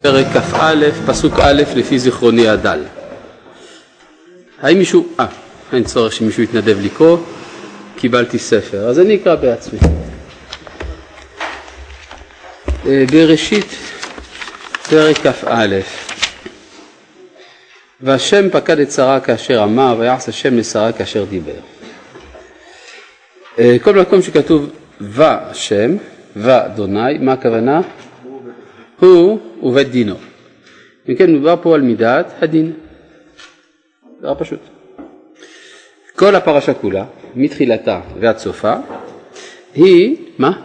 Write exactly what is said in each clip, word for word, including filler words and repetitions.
פרק כ"א, פסוק א', לפי זיכרוני הדל. האם מישהו, אה, אין צורך שמישהו יתנדב לקרוא, קיבלתי ספר, אז אני אקרא בעצמי. בראשית, פרק כ"א. והשם פקד את שרה כאשר אמר, ויעש השם לשרה כאשר דיבר. כל מקום שכתוב והשם, ואדוני, מה הכוונה? הוא ובית דינו. וכן מדובר פה על מידת הדין. זה רק פשוט. כל הפרשה כולה, מתחילתה ועד סופה, היא, מה?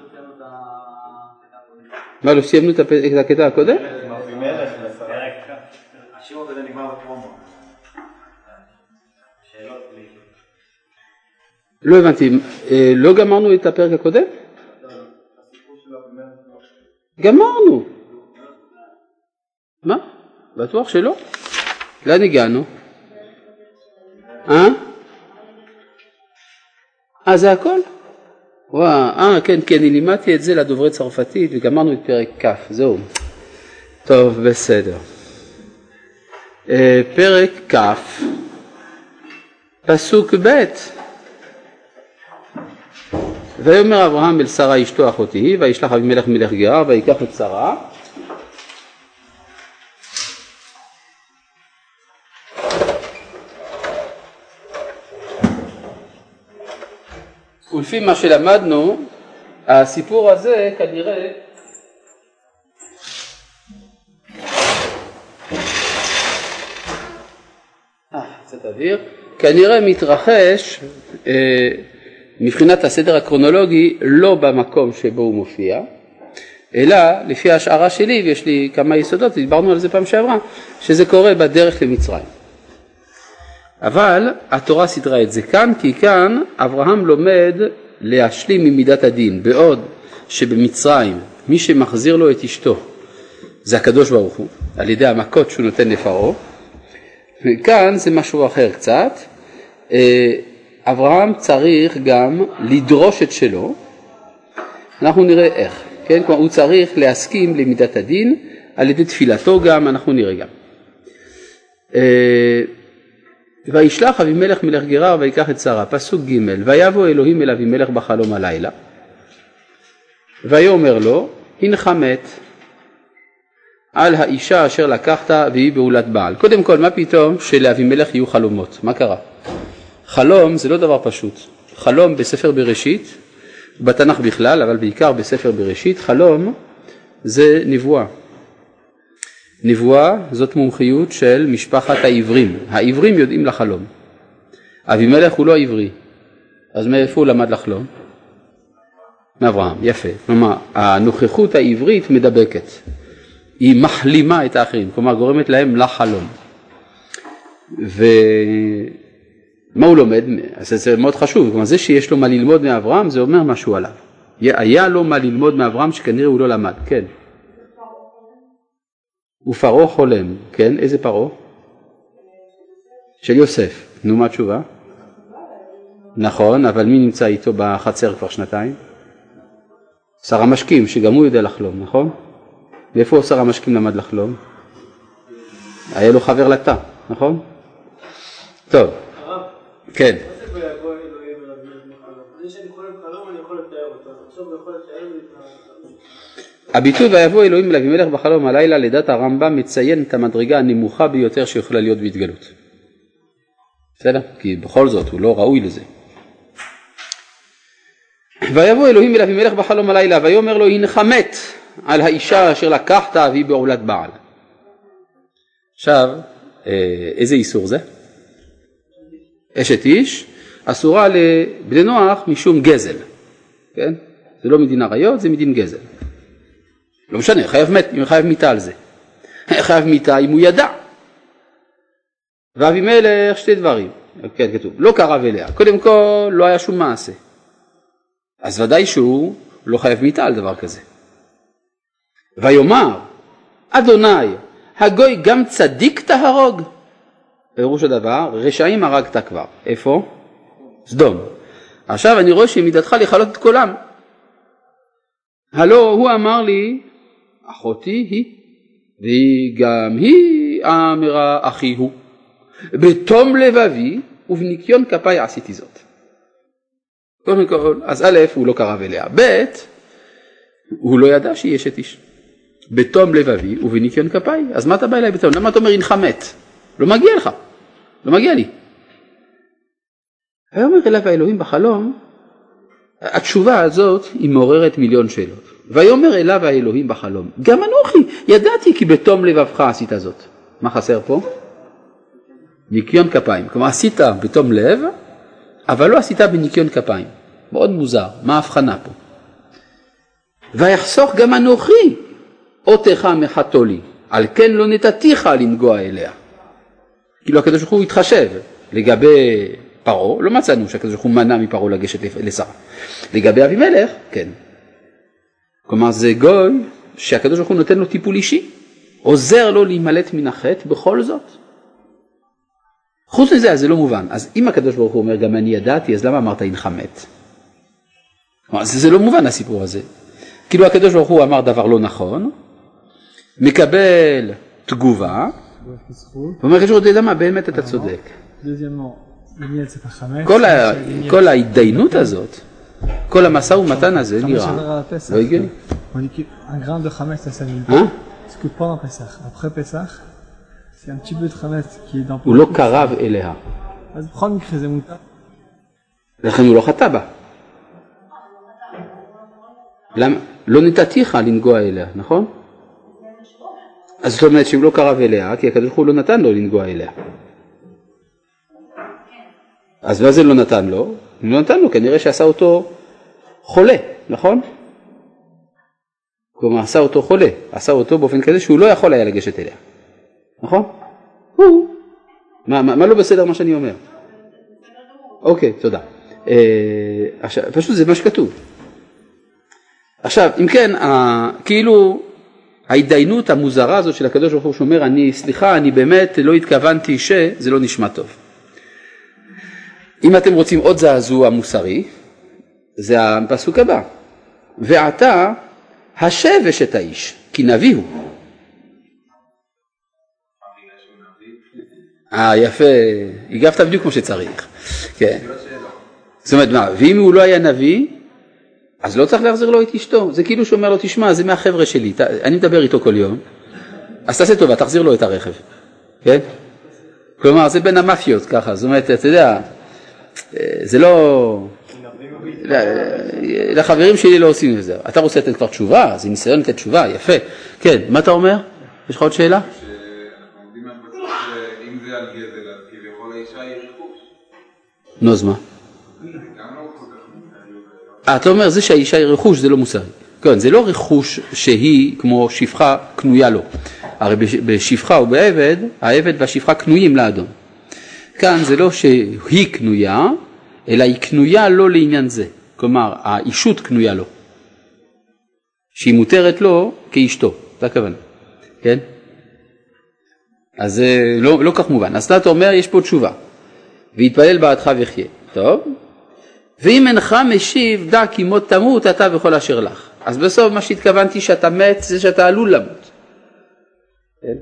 מה, לא סיימנו את הקטע הקודם? השיעור הזה נגמר בפרומו. שאלות בלי. לא הבנתי, לא גמרנו את הפרק הקודם? גמרנו. מה? בטוח שלא? לאן הגענו? אה? אה, זה הכל? וואה, אה, כן, כן, אני לימדתי את זה לדוברי צרפתית וגמרנו את פרק כ', זהו. טוב, בסדר. פרק כ', פסוק ב'. ויאמר אברהם אל שרה אשתו אחותי היא, וישלח אבימלך מלך גרר, ויקח את שרה. ולפי מה שלמדנו, הסיפור הזה כנראה אה, קצת אוויר, כנראה מתרחש אה, מבחינת הסדר הקרונולוגי לא במקום שבו הוא מופיע, אלא לפי ההשערה שלי, ויש לי כמה יסודות, דיברנו על זה פעם שעברה, שזה קורה בדרך למצרים. אבל התורה סדרה את זה כאן, כי כאן אברהם לומד להשלים ממידת הדין, בעוד שבמצרים מי שמחזיר לו את אשתו זה הקדוש ברוך הוא, על ידי המכות שהוא נותן לפרעה, וכאן זה משהו אחר קצת. אברהם צריך גם לדרוש את שלו, אנחנו נראה איך, כן? כלומר, הוא צריך להסכים למידת הדין, על ידי תפילתו גם, אנחנו נראה גם. וישלח אבימלך מלך גרר ויקח את שרה, פסוק ג'. ויבוא אלוהים אל אבימלך בחלום הלילה, ויאמר לו, הנך מת על האישה אשר לקחת והיא בעולת בעל. קודם כל, מה פתאום שלאבימלך יהיו חלומות? מה קרה? חלום זה לא דבר פשוט. חלום בספר בראשית, בתנ"ך בכלל, אבל בעיקר בספר בראשית, חלום זה נבואה. נבואה זאת מומחיות של משפחת העברים. העברים יודעים לחלום. אבימלך הוא לא עברי. אז מאיפה הוא למד לחלום? מאברהם, יפה. כלומר, הנוכחות העברית מדבקת. היא מחלימה את האחרים, כלומר גורמת להם לחלום. ו... מה הוא לומד? זה מאוד חשוב, כלומר זה שיש לו מה ללמוד מאברהם זה אומר משהו עליו. היה לו מה ללמוד מאברהם שכנראה הוא לא למד, כן. ופרעה חולם, כן, איזה פרעה? של יוסף, נו מה תשובה? נכון, אבל מי נמצא איתו בחצר כבר שנתיים? שר המשקים, שגם הוא יודע לחלום, נכון? ואיפה שר המשקים למד לחלום? היה לו חבר לתא, נכון? טוב. כן. הביטוי ויבוא אלוהים אל אבימלך בחלום הלילה לדעת הרמב"ם מציין את המדרגה הנמוכה ביותר שיכולה להיות בהתגלות. בסדר? כי בכל זאת הוא לא ראוי לזה. ויבוא אלוהים אל אבימלך בחלום הלילה ויאמר לו הנך מת על האישה אשר לקחת והיא בעולת בעל. עכשיו, איזה איסור זה? אשת איש אסורה לבני נוח משום גזל, כן? זה לא מדין עריות, זה מדין גזל. לא משנה, חייב מת, חייב מיתה על זה. חייב מיתה אם הוא ידע. ואבימלך שתי דברים, כן, כתוב, לא קרב אליה. קודם כל, לא היה שום מעשה. אז ודאי שהוא לא חייב מיתה על דבר כזה. ויאמר, אדוני, הגוי גם צדיק תהרוג? פירוש הדבר, רשעים הרגת כבר. איפה? סדום. עכשיו אני רואה שמידתך לכלות את כולם. הלא הוא אמר לי, אחותי היא, והיא גם היא אמרה אחי הוא, בתום לבבי ובניקיון כפיי עשיתי זאת. קודם כל, אז א', הוא לא קרב אליה, ב', הוא לא ידע שהיא אשת איש. בתום לבבי ובניקיון כפיי, אז מה אתה בא אליי בתום? למה אתה אומר אינך מת? לא מגיע לך, לא מגיע לי. ויאמר אליו האלוהים בחלום, התשובה הזאת היא מעוררת מיליון שאלות. ויאמר אליו האלוהים בחלום, גם אנוכי ידעתי כי בתום לבבך עשית זאת. מה חסר פה? ניקיון כפיים. כלומר עשית בתום לב, אבל לא עשית בניקיון כפיים. מאוד מוזר, מה ההבחנה פה? ויחסוך גם אנוכי אותך מחתו לי, על כן לא נתתיך לנגוע אליה. כאילו הקדוש ברוך הוא התחשב לגבי פרעה, לא מצאנו שהקדוש ברוך הוא מנע מפרעה לגשת לשרה. לגבי אבימלך, כן. כלומר זה גוי שהקדוש ברוך הוא נותן לו טיפול אישי, עוזר לו להימלט מן החטא בכל זאת. חוץ מזה, אז זה לא מובן. אז אם הקדוש ברוך הוא אומר גם אני ידעתי, אז למה אמרת אינך מת? כלומר, זה, זה לא מובן הסיפור הזה. כאילו הקדוש ברוך הוא אמר דבר לא נכון, מקבל תגובה, ואומר הקדוש ברוך הוא, למה באמת אתה צודק. כל, ה, כל ההתדיינות הזאת, כל המשא ומתן הזה נראה לא הגיוני. Un grain de chametz, ça s'annule pas. Parce que pendant Pessah, après Pessah, c'est un petit peu de chametz qui est dans. הוא לא קרב אליה. אז בכל מקרה זה מותר. לכן הוא לא חטא בה. למה? לא נתתיך לנגוע אליה, נכון? אז זאת אומרת שהוא לא קרב אליה, כי הקדוש ברוך הוא לא נתן לו לנגוע אליה. אז מה זה לא נתן לו? הוא לא נתן לו, כנראה שעשה אותו חולה, נכון? כלומר, עשה אותו חולה, עשה אותו באופן כזה שהוא לא יכול היה לגשת אליה. נכון? הוא. מה, מה, מה לא בסדר מה שאני אומר? אוקיי, תודה. אה, עכשיו, פשוט זה מה שכתוב. עכשיו, אם כן, כאילו ההתדיינות המוזרה הזאת של הקדוש ברוך הוא שאומר, אני, סליחה, אני באמת לא התכוונתי שזה לא נשמע טוב. אם אתם רוצים עוד זעזוע מוסרי, זה הפסוק הבא. ועתה השב אשת האיש, כי נביא הוא. אה, יפה, הגבת בדיוק כמו שצריך. כן. זאת אומרת, מה, ואם הוא לא היה נביא, אז לא צריך להחזיר לו את אשתו. זה כאילו שאומר לו, תשמע, זה מהחבר'ה שלי, אני מדבר איתו כל יום, אז תעשה טובה, תחזיר לו את הרכב. כן? כלומר, זה בין המאפיות ככה, זאת אומרת, אתה יודע, זה לא... לחברים שלי לא עושים את זה. אתה רוצה לתת כבר תשובה, זה ניסיון לתת תשובה, יפה. כן, מה אתה אומר? יש לך עוד שאלה? שאנחנו עומדים מהפסוק שאם זה על גזל, אז כביכול האישה היא רכוש. נו, אז מה? זה גם לא כל כך מוסרי. אתה אומר, זה שהאישה היא רכוש, זה לא מוסרי. כן, זה לא רכוש שהיא כמו שפחה קנויה לו. הרי בשפחה או בעבד, העבד והשפחה קנויים לאדון. כאן זה לא שהיא קנויה, אלא היא קנויה לא לעניין זה. כלומר, האישות קנויה לו. שהיא מותרת לו כאשתו. זה הכוונה. כן? אז זה לא, לא כך מובן. אז אתה אומר, יש פה תשובה. והתפלל בעדך וחיה. טוב. ואם אינך משיב, דע כי מות תמות, אתה וכל אשר לך. אז בסוף מה שהתכוונתי שאתה מת, זה שאתה עלול למות. כן?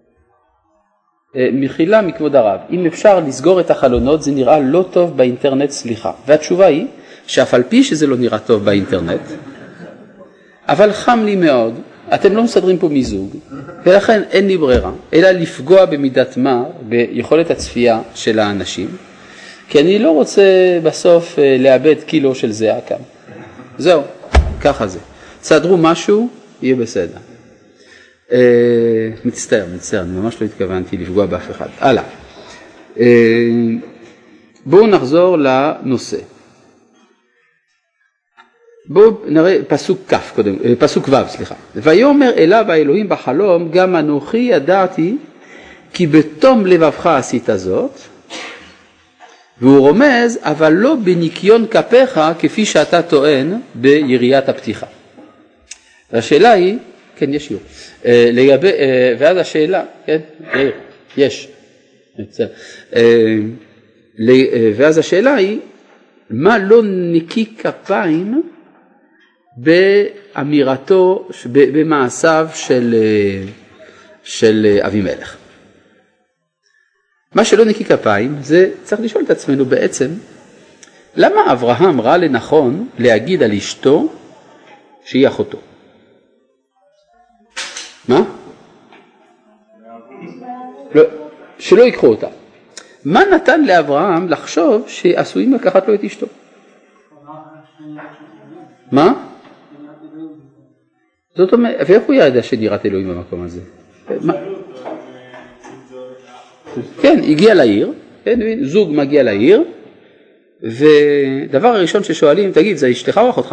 מחילה מכבוד הרב, אם אפשר לסגור את החלונות, זה נראה לא טוב באינטרנט, סליחה. והתשובה היא, שאף על פי שזה לא נראה טוב באינטרנט, אבל חם לי מאוד, אתם לא מסדרים פה מיזוג, ולכן אין לי ברירה, אלא לפגוע במידת מה, ביכולת הצפייה של האנשים, כי אני לא רוצה בסוף לאבד קילו של זהה כאן. זהו, ככה זה. תסדרו משהו, יהיה בסדר. מצטער, מצטער, אני ממש לא התכוונתי לפגוע באף אחד. הלאה. בואו נחזור לנושא. בואו נראה פסוק כף קודם, פסוק ו' סליחה. ויאמר אליו האלוהים בחלום, גם אנוכי ידעתי כי בתום לבבך עשית זאת, והוא רומז, אבל לא בניקיון כפיך כפי שאתה טוען ביריית הפתיחה. והשאלה היא, כן, יש שיעור. לגבי, ואז השאלה, כן, יש. ואז השאלה היא, מה לא נקי כפיים באמירתו, במעשיו של, של אבימלך. מה שלא נקי כפיים, זה צריך לשאול את עצמנו בעצם, למה אברהם ראה לנכון להגיד על אשתו שהיא אחותו? מה? לא, שלא יקחו אותה. מה נתן לאברהם לחשוב שעשויים לקחת לו את אשתו? מה? זאת אומרת, ואיך הוא ידע שדירת אלוהים במקום הזה? כן, הגיע לעיר, זוג מגיע לעיר, ודבר הראשון ששואלים, תגיד, זה אשתך או אחותך?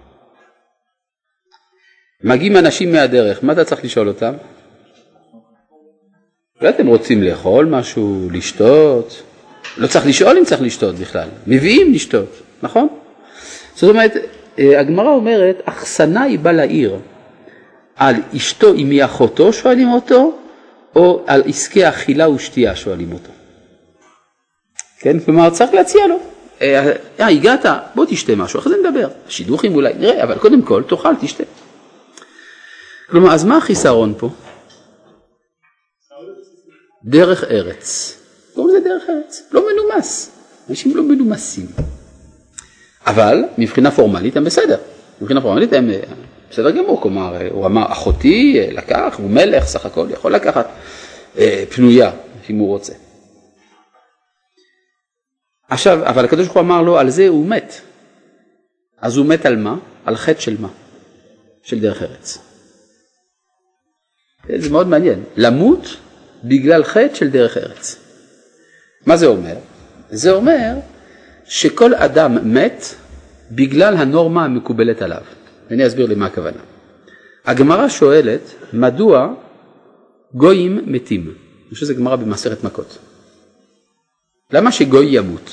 מגיעים אנשים מהדרך, מה אתה צריך לשאול אותם? אולי אתם רוצים לאכול משהו, לשתות? לא צריך לשאול אם צריך לשתות בכלל, מביאים לשתות, נכון? זאת אומרת, הגמרא אומרת, אכסנה היא בא לעיר, על אשתו אם היא אחותו שואלים אותו, או על עסקי אכילה ושתייה שואלים אותו. כן, כלומר צריך להציע לו. אה, הגעת, בוא תשתה משהו, אחרי זה נדבר. שידוכים אולי, נראה, אבל קודם כל תאכל, תשתה. כלומר, אז מה החיסרון פה? דרך ארץ. קוראים לזה דרך ארץ, לא מנומס. אנשים לא מנומסים. אבל מבחינה פורמלית הם בסדר. מבחינה פורמלית הם בסדר גמור, כלומר, הוא אמר, אחותי לקח, הוא מלך, סך הכל יכול לקחת אה, פנויה, אם הוא רוצה. עכשיו, אבל הקדוש ברוך הוא אמר לו, על זה הוא מת. אז הוא מת על מה? על חטא של מה? של דרך ארץ. זה מאוד מעניין. למות בגלל חטא של דרך ארץ. מה זה אומר? זה אומר שכל אדם מת בגלל הנורמה המקובלת עליו. ואני אסביר לי מה הכוונה. הגמרא שואלת, מדוע גויים מתים? אני חושב שזה גמרא במסכת מכות. למה שגוי ימות?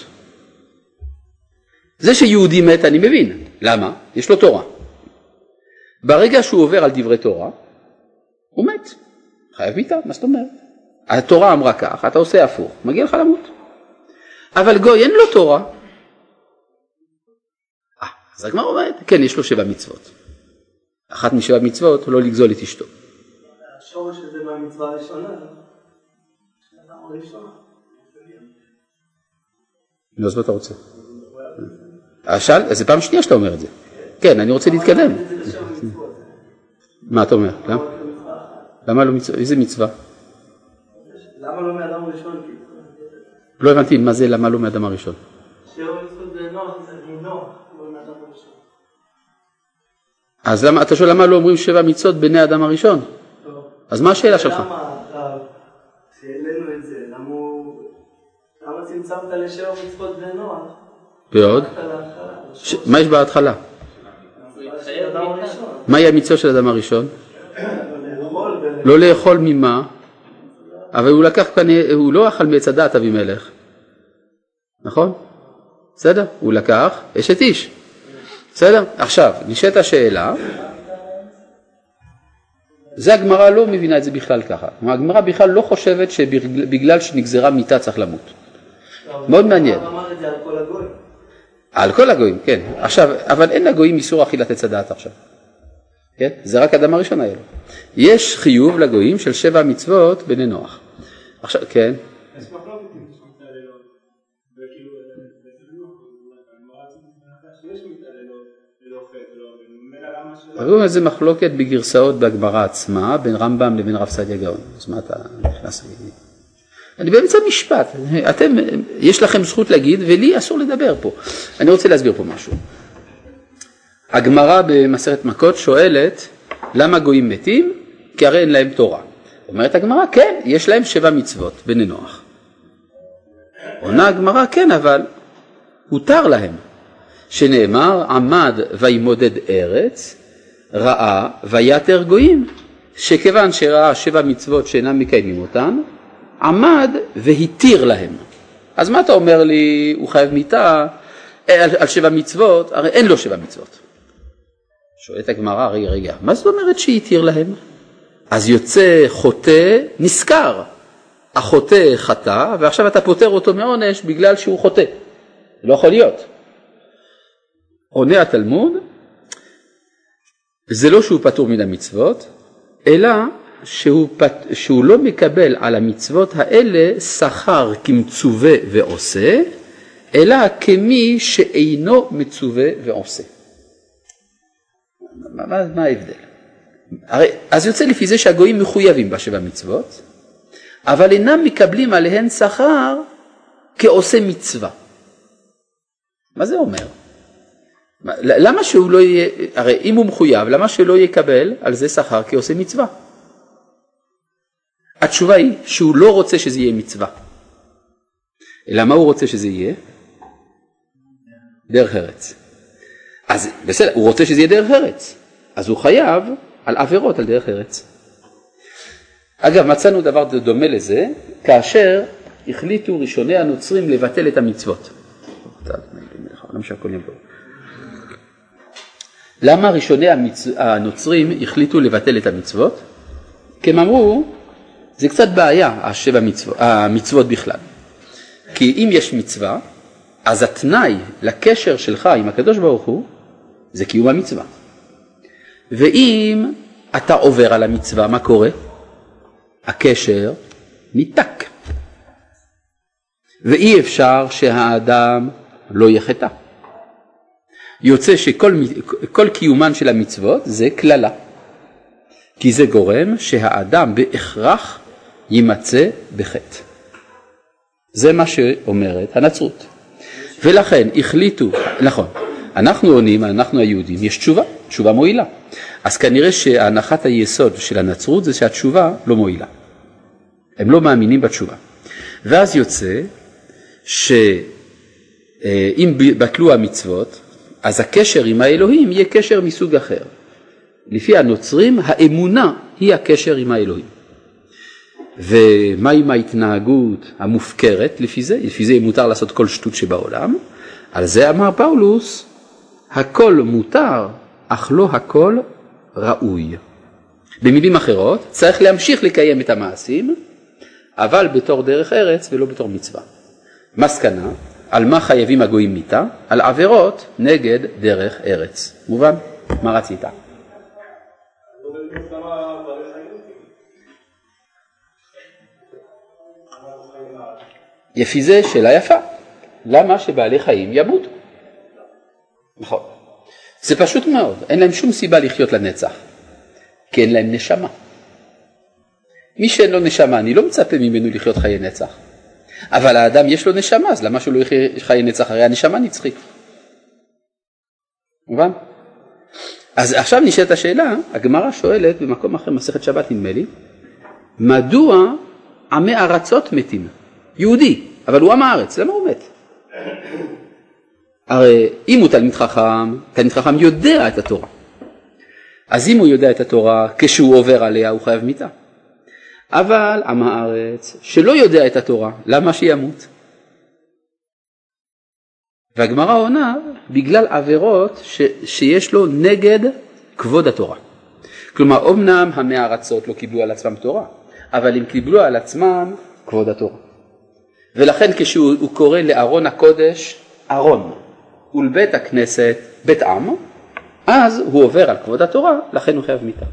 זה שיהודי מת אני מבין. למה? יש לו תורה. ברגע שהוא עובר על דברי תורה, הוא מת. חייב מיתה, מה זאת אומרת? התורה אמרה כך, אתה עושה הפוך, מגיע לך למות. אבל גוי אין לו תורה. אה, אז הגמרא אומרת, כן, יש לו שבע מצוות. אחת משבע מצוות, לא לגזול את אשתו. השורש הזה במצווה הראשונה, שאדם הראשונה. נו, אז מה אתה רוצה? אז זה פעם שנייה שאתה אומר את זה. כן, אני רוצה להתקדם. מה אתה אומר? למה לא מצווה? איזה מצווה? למה לא מאדם הראשון? לא הבנתי, מה זה למה לא מאדם הראשון? שבע מצוות בנוח, זה מנוח, לא מאדם הראשון. אז אתה שואל למה לא אומרים שבע מצוות בני האדם הראשון? אז מה השאלה שלך? למה, כשהעלינו את זה, למה צמצמת לשבע מצוות בנוח? ועוד? מה יש בהתחלה? מהי המצווה של האדם הראשון? לא לאכול ממה, אבל הוא לקח כאן, הוא לא אכל מעץ הדעת אבימלך, נכון? בסדר? הוא לקח אשת איש. בסדר? עכשיו, נשאלת השאלה, זה הגמרא לא מבינה את זה בכלל ככה. הגמרא בכלל לא חושבת שבגלל שנגזרה מיתה צריך למות. מאוד מעניין. הוא אמר את זה על כל הגויים. על כל הגויים, כן. עכשיו, אבל אין לגויים איסור אכילת עץ הדעת עכשיו. כן? זה רק אדם הראשון היה לו. יש חיוב לגויים של שבע מצוות בני נוח. עכשיו, כן. יש מחלוקת אם יש מתעללות, וכאילו, שיש מתעללות ללא חטא, לא, רואים איזה מחלוקת בגרסאות בהגמרא עצמה, בין רמב"ם לבין רב סעדיה גאון. אז מה אתה נכנס להגיד? אני באמצע משפט. אתם, יש לכם זכות להגיד, ולי אסור לדבר פה. אני רוצה להסביר פה משהו. הגמרא במסכת מכות שואלת, למה גויים מתים? כי הרי אין להם תורה. אומרת הגמרא, כן, יש להם שבע מצוות בני נוח. עונה הגמרא, כן, אבל הותר להם. שנאמר, עמד וימודד ארץ, ראה ויתר גויים. שכיוון שראה שבע מצוות שאינם מקיימים אותן, עמד והתיר להם. אז מה אתה אומר לי, הוא חייב מיתה על, על שבע מצוות, הרי אין לו שבע מצוות. שואלת הגמרא, רגע, רגע, מה זאת אומרת שהתיר להם? אז יוצא חוטא נזכר. החוטא חטא, ועכשיו אתה פותר אותו מעונש בגלל שהוא חוטא. זה לא יכול להיות. עונה התלמוד, זה לא שהוא פטור מן המצוות, אלא שהוא, שהוא לא מקבל על המצוות האלה שכר כמצווה ועושה, אלא כמי שאינו מצווה ועושה. מה, מה, מה ההבדל? הרי, אז יוצא לפי זה שהגויים מחויבים בשבע מצוות, אבל אינם מקבלים עליהן שכר כעושה מצווה. מה זה אומר? למה שהוא לא יהיה, הרי אם הוא מחויב, למה שלא יקבל על זה שכר כעושה מצווה? התשובה היא שהוא לא רוצה שזה יהיה מצווה. אלא מה הוא רוצה שזה יהיה? דרך ארץ. אז בסדר, הוא רוצה שזה יהיה דרך ארץ. אז הוא חייב על עבירות על דרך ארץ. אגב, מצאנו דבר דומה לזה, כאשר החליטו ראשוני הנוצרים לבטל את המצוות. למה ראשוני הנוצרים החליטו לבטל את המצוות? כי הם אמרו, זה קצת בעיה, השבע מצוות, המצוות בכלל. כי אם יש מצווה, אז התנאי לקשר שלך עם הקדוש ברוך הוא, זה קיום המצווה. ואם אתה עובר על המצווה, מה קורה? הקשר ניתק. ואי אפשר שהאדם לא יחטא. יוצא שכל כל קיומן של המצוות זה כללה. כי זה גורם שהאדם בהכרח יימצא בחטא. זה מה שאומרת הנצרות. ולכן החליטו, נכון, אנחנו עונים, אנחנו היהודים, יש תשובה, תשובה מועילה. אז כנראה שהנחת היסוד של הנצרות זה שהתשובה לא מועילה. הם לא מאמינים בתשובה. ואז יוצא שאם בטלו המצוות, אז הקשר עם האלוהים יהיה קשר מסוג אחר. לפי הנוצרים, האמונה היא הקשר עם האלוהים. ומה עם ההתנהגות המופקרת לפי זה? לפי זה מותר לעשות כל שטות שבעולם. על זה אמר פאולוס, הכל מותר, אך לא הכל ראוי. במילים אחרות, צריך להמשיך לקיים את המעשים, אבל בתור דרך ארץ ולא בתור מצווה. מסקנה, על מה חייבים הגויים מיתה? על עבירות נגד דרך ארץ. מובן? מה רצית? לפי זה שאלה יפה. למה שבעלי חיים ימותו? נכון. זה פשוט מאוד. אין להם שום סיבה לחיות לנצח. כי אין להם נשמה. מי שאין לו נשמה, אני לא מצפה ממנו לחיות חיי נצח. אבל האדם יש לו נשמה, אז למה שהוא לא יחיה חיי נצח? הרי הנשמה נצחית. מובן? אז עכשיו נשאלת השאלה, הגמרא שואלת במקום אחר, מסכת שבת נדמה לי, מדוע עמי ארצות מתים? יהודי, אבל הוא עם הארץ, למה הוא מת? הרי אם הוא תלמיד חכם, תלמיד חכם יודע את התורה. אז אם הוא יודע את התורה, כשהוא עובר עליה הוא חייב מיתה. אבל עם הארץ שלא יודע את התורה, למה שימות? והגמרא עונה בגלל עבירות ש... שיש לו נגד כבוד התורה. כלומר, אמנם עמי הארצות לא קיבלו על עצמם תורה, אבל הם קיבלו על עצמם כבוד התורה. ולכן כשהוא קורא לארון הקודש ארון, ולבית הכנסת בית עם, אז הוא עובר על כבוד התורה, לכן הוא חייב מיתה.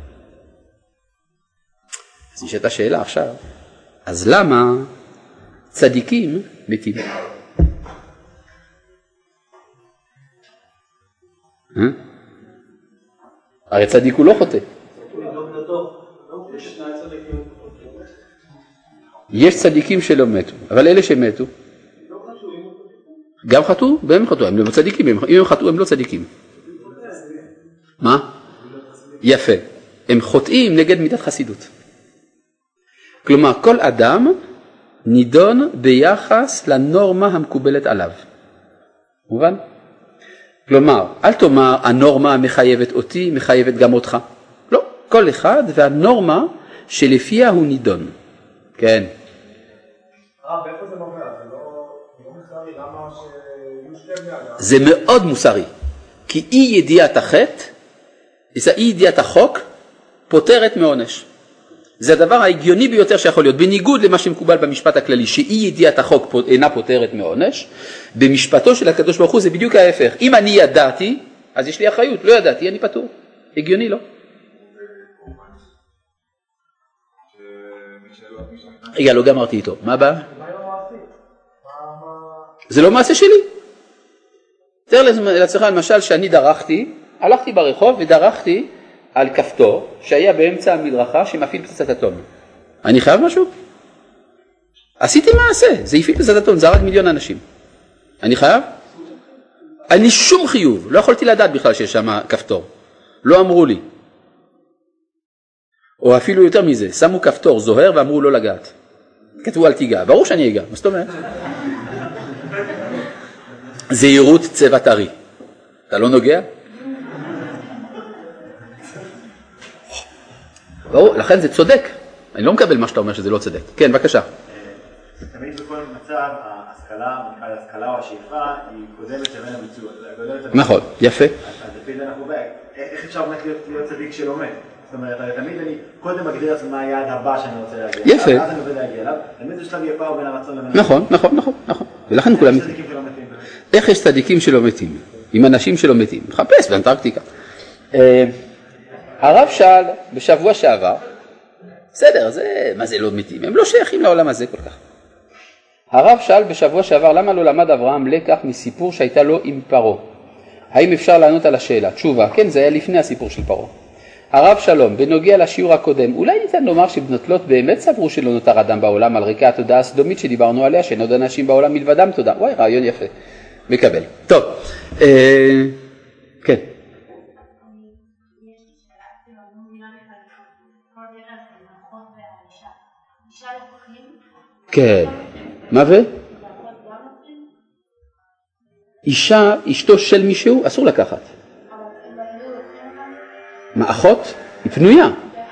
אז נשאלת השאלה עכשיו, אז למה צדיקים מתים? אה? הרי צדיק הוא לא חוטא. יש צדיקים שלא מתו, אבל אלה שמתו גם חטאו, והם חטאו, הם לא צדיקים, אם הם חטאו הם לא צדיקים. מה? יפה, הם חוטאים נגד מידת חסידות. כלומר, כל אדם נידון ביחס לנורמה המקובלת עליו. מובן? כלומר, אל תאמר, הנורמה מחייבת אותי, מחייבת גם אותך. לא, כל אחד והנורמה שלפיה הוא נידון. כן. אה, באיפה זה נובע? זה לא מוסרי, למה שיהיו שתי בני אדם? זה מאוד מוסרי. כי אי ידיעת החטא, אי ידיעת החוק, פותרת מעונש. זה הדבר ההגיוני ביותר שיכול להיות, בניגוד למה שמקובל במשפט הכללי, שאי ידיעת החוק אינה פותרת מעונש, במשפטו של הקדוש ברוך הוא זה בדיוק ההפך. אם אני ידעתי, אז יש לי אחריות, לא ידעתי, אני פטור. הגיוני, לא? רגע, לא גמרתי איתו. מה הבא? מה עם המעשי? זה לא מעשה שלי. תאר לעצמך למשל שאני דרכתי, הלכתי ברחוב ודרכתי על כפתור שהיה באמצע המדרכה שמפעיל פצצת אטום. אני חייב משהו? עשיתי מעשה, זה הפעיל פצצת אטום, זה הרג מיליון אנשים. אני חייב? אני שום חיוב, לא יכולתי לדעת בכלל שיש שם כפתור. לא אמרו לי. או אפילו יותר מזה, שמו כפתור זוהר ואמרו לא לגעת. כתבו אל תיגע, ברור שאני אגע, מה זאת אומרת? זהירות צבע טרי. אתה לא נוגע? ברור, לכן זה צודק. אני לא מקבל מה שאתה אומר שזה לא צודק. כן, בבקשה. תמיד בכל מצב, ההשכלה, ההשכלה או השאיפה, היא קודמת לבין הביצוע. נכון, יפה. אז לפי זה אנחנו בעיה. איך אפשר באמת להיות צדיק שלומד? זאת אומרת, תמיד אני קודם מגדיר לעצמי מה היעד הבא שאני רוצה להגיע. יפה. אז אני עובד להגיע אליו. תמיד זה שלב יהיה פער בין הרצון לבין... נכון, נכון, נכון, נכון. ולכן כולם... איך יש צדיקים שלא מתים? איך יש צדיקים שלא מתים? עם אנשים שלא מתים. מחפש באנטרקטיקה. הרב שאל בשבוע שעבר, בסדר, זה, מה זה לא מתים? הם לא שייכים לעולם הזה כל כך. הרב שאל בשבוע שעבר, למה לא למד אברהם לקח מסיפור שהייתה לו עם פרעה? האם אפשר לענות על השאלה? תשובה, כן, זה היה לפני הסיפור של פרעה. הרב שלום, בנוגע לשיעור הקודם, אולי ניתן לומר שבנות לוט באמת סברו שלא נותר אדם בעולם על רקע התודעה הסדומית שדיברנו עליה, שאין עוד אנשים בעולם מלבדם, תודה. וואי, רעיון יפה. מקבל. טוב, אה, כן. כן. מה ו? אישה, אשתו של מישהו, אסור לקחת. מה, אחות? היא פנויה.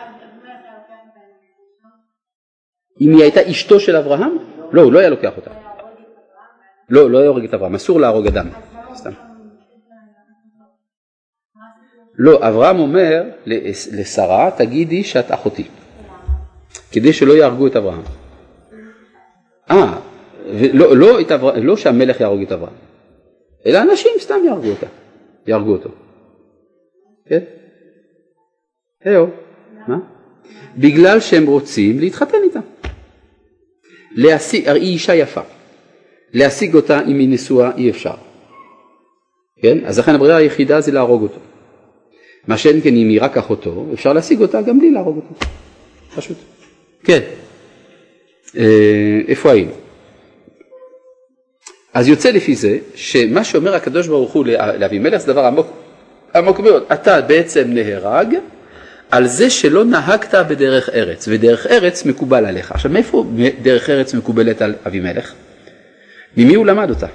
אם היא הייתה אשתו של אברהם? לא, הוא לא היה לוקח אותה. לא, לא היה הורג את אברהם, אסור להרוג אדם. סתם. לא, אברהם אומר לשרה, תגידי שאת אחותי. כדי שלא יהרגו את אברהם. אה, לא, לא, את אברהם, לא שהמלך יהרוג את אברהם. אלא אנשים סתם יהרגו אותה. יהרגו אותו. כן? היו, מה? בגלל שהם רוצים להתחתן איתה. להשיג, היא אישה יפה. להשיג אותה אם היא נשואה אי אפשר. כן? אז לכן הברירה היחידה זה להרוג אותו. מה שאין כן אם היא רק אחותו, אפשר להשיג אותה גם בלי להרוג אותו. פשוט. כן. איפה היינו? אז יוצא לפי זה שמה שאומר הקדוש ברוך הוא לאבימלך זה דבר עמוק, עמוק מאוד. אתה בעצם נהרג על זה שלא נהגת בדרך ארץ, ודרך ארץ מקובל עליך. עכשיו מאיפה דרך ארץ מקובלת על אבימלך? ממי הוא למד אותה?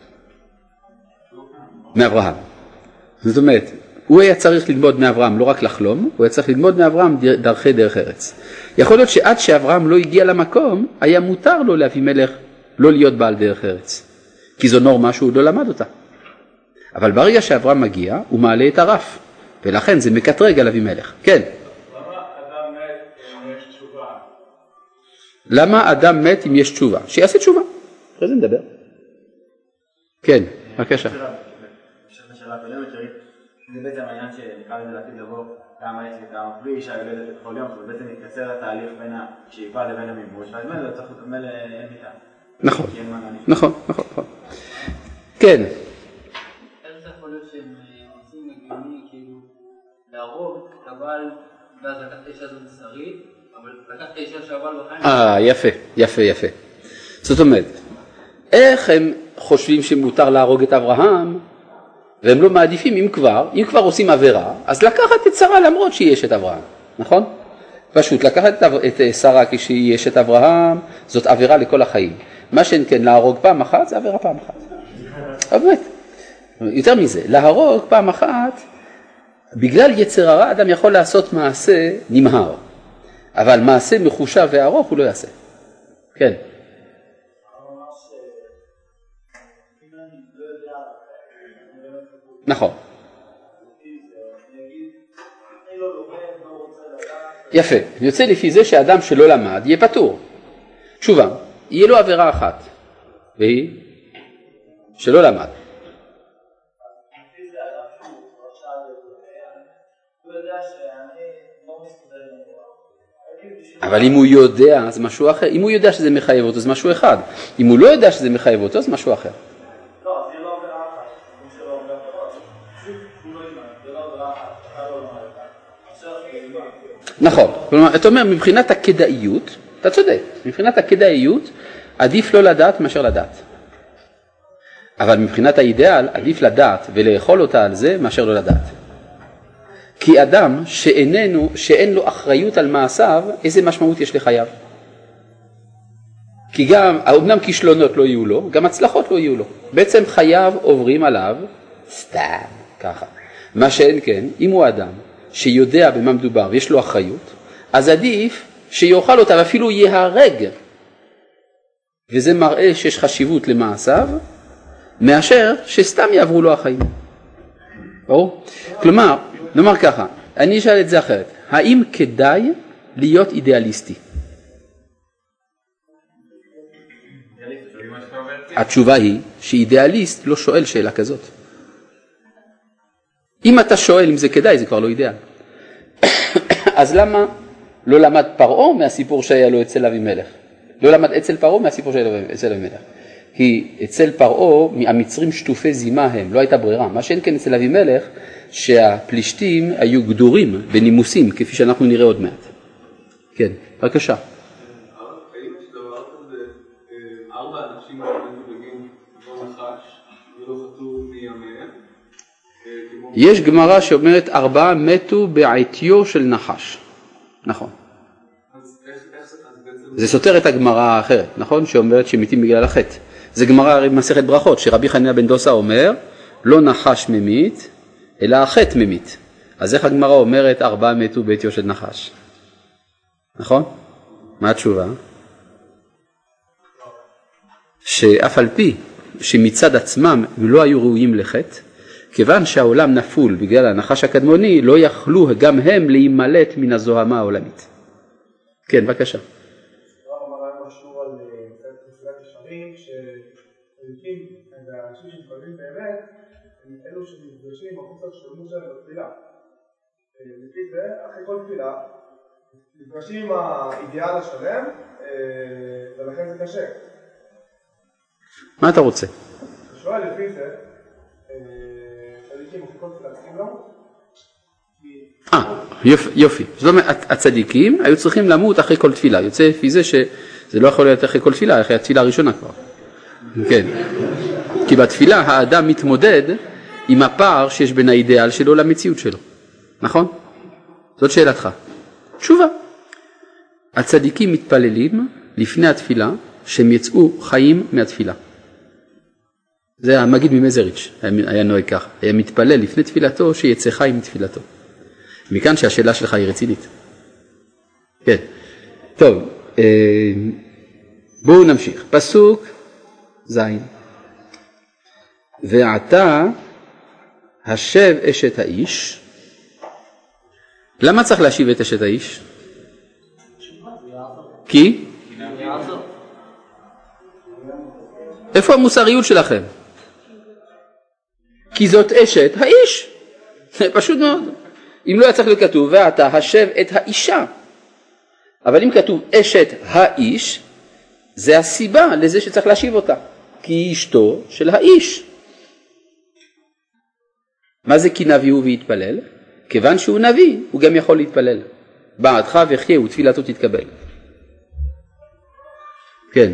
מאברהם. זאת אומרת, הוא היה צריך ללמוד מאברהם לא רק לחלום, הוא היה צריך ללמוד מאברהם דרכי דרך ארץ. יכול להיות שעד שאברהם לא הגיע למקום, היה מותר לו לאבימלך לא להיות בעל דרך ארץ. כי זו נורמה שהוא לא למד אותה. אבל ברגע שאברהם מגיע, הוא מעלה את הרף. ולכן זה מקטרג על אבימלך. כן. למה אדם מת אם יש תשובה? למה אדם מת אם יש תשובה? שיעשה תשובה. אחרי זה נדבר. כן, בבקשה. שאלה קודמת שלי, זה בעצם העניין שנקרא לזה לעתיד לבוא, כמה יש לי כמה פרי, שהילדת בכל יום, ובעצם מתקצר התהליך בין השאיפה לבין המימוש, ואז מלא לא צריך לתמל אין מיטה. נכון, נכון, נכון, נכון. כן. איך זה יכול להיות שהם עושים מגיוני, כאילו, להרוג את הבעל, ואז לקחת אישה זו בשרית, אבל לקחת אישה שהבעל בחיים... אה, יפה, יפה, יפה. זאת אומרת, איך הם חושבים שמותר להרוג את אברהם, והם לא מעדיפים, אם כבר, אם כבר עושים עבירה, אז לקחת את שרה למרות שהיא אשת אברהם, נכון? פשוט, לקחת את שרה כשהיא אשת אברהם, זאת עבירה לכל החיים. מה שאין כן, להרוג פעם אחת, זה עבירה פעם אחת. באמת. יותר מזה, להרוג פעם אחת, בגלל יצר הרע, אדם יכול לעשות מעשה נמהר. אבל מעשה מחושב וארוך הוא לא יעשה. כן. נכון. יפה. יוצא לפי זה שאדם שלא למד יהיה פטור. תשובה, יהיה לו עבירה אחת, והיא שלא למד. הוא יודע שאני לא מסתדר עם דבר. אני בשביל אבל אם הוא יודע, זה משהו אחר. אם הוא יודע שזה מחייב אותו, זה משהו אחד. אם הוא לא יודע שזה מחייב אותו, זה משהו אחר. לא, זה לא עבירה אחת. אם זה לא עבירה אחת, הוא לא ילמד, זה לא עבירה אחת, אתה לא לומד. נכון. כלומר, אתה אומר, מבחינת הכדאיות, אתה צודק, מבחינת הכדאיות, עדיף לא לדעת מאשר לדעת. אבל מבחינת האידאל, עדיף לדעת ולאכול אותה על זה מאשר לא לדעת. כי אדם שאיננו, שאין לו אחריות על מעשיו, איזה משמעות יש לחייו? כי גם, אמנם כישלונות לא יהיו לו, גם הצלחות לא יהיו לו. בעצם חייו עוברים עליו סתם, ככה. מה שאין כן, אם הוא אדם שיודע במה מדובר ויש לו אחריות, אז עדיף שיאכל אותה ואפילו יהרג. וזה מראה שיש חשיבות למעשיו, מאשר שסתם יעברו לו החיים. ברור? כלומר, נאמר ככה, אני אשאל את זה אחרת. האם כדאי להיות אידיאליסטי? התשובה היא שאידיאליסט לא שואל שאלה כזאת. אם אתה שואל אם זה כדאי, זה כבר לא אידיאל. אז למה לא למד פרעה מהסיפור שהיה לו אצל אבימלך? לא למד אצל פרעה מהסיפור שהיה לו אצל אבימלך. כי אצל פרעה המצרים שטופי זימה הם, לא הייתה ברירה. מה שאין כן אצל אבימלך, שהפלישתים היו גדורים ונימוסים, כפי שאנחנו נראה עוד מעט. כן, בבקשה. האם יש דבר כזה, ארבע אנשים שמתו בגין לא נחש ולא חטאו מימיהם? יש גמרא שאומרת ארבעה מתו בעטיו של נחש. נכון. זה סותר את הגמרא האחרת, נכון? שאומרת שמתים בגלל החטא. זה גמרא במסכת ברכות, שרבי חנינא בן דוסה אומר, לא נחש ממית, אלא החטא ממית. אז איך הגמרא אומרת ארבעה מתו בעטיו של נחש? נכון? מה התשובה? שאף על פי שמצד עצמם לא היו ראויים לחטא, כיוון שהעולם נפול בגלל הנחש הקדמוני, לא יכלו גם הם להימלט מן הזוהמה העולמית. כן, בבקשה. האנשים שמתפללים באמת הם אלו שנפגשים בחוץ השלמות שלהם בתפילה. לפי זה, אחרי כל תפילה, נפגשים עם האידיאל השלם, ולכן זה קשה. מה אתה רוצה? אני שואל לפי זה, צדיקים אחרי כל תפילה צריכים למות? אה, יופי. זאת אומרת, הצדיקים היו צריכים למות אחרי כל תפילה. יוצא לפי זה שזה לא יכול להיות אחרי כל תפילה, אחרי התפילה הראשונה כבר. כן. כי בתפילה האדם מתמודד עם הפער שיש בין האידאל שלו למציאות שלו. נכון? זאת שאלתך. תשובה. הצדיקים מתפללים לפני התפילה שהם יצאו חיים מהתפילה. זה המגיד ממזריץ' היה נוהג כך. היה מתפלל לפני תפילתו שיצא חיים מתפילתו. מכאן שהשאלה שלך היא רצינית. כן. טוב. בואו נמשיך. פסוק זין. ועתה השב אשת האיש. למה צריך להשיב את אשת האיש? כי? איפה המוסריות שלכם? כי זאת אשת האיש. פשוט מאוד. אם לא היה צריך להיות כתוב, ועתה השב את האישה. אבל אם כתוב אשת האיש, זה הסיבה לזה שצריך להשיב אותה. כי היא אשתו של האיש. מה זה כי נביא הוא ויתפלל? כיוון שהוא נביא, הוא גם יכול להתפלל. בעדך וחיה ותפילתו תתקבל. כן.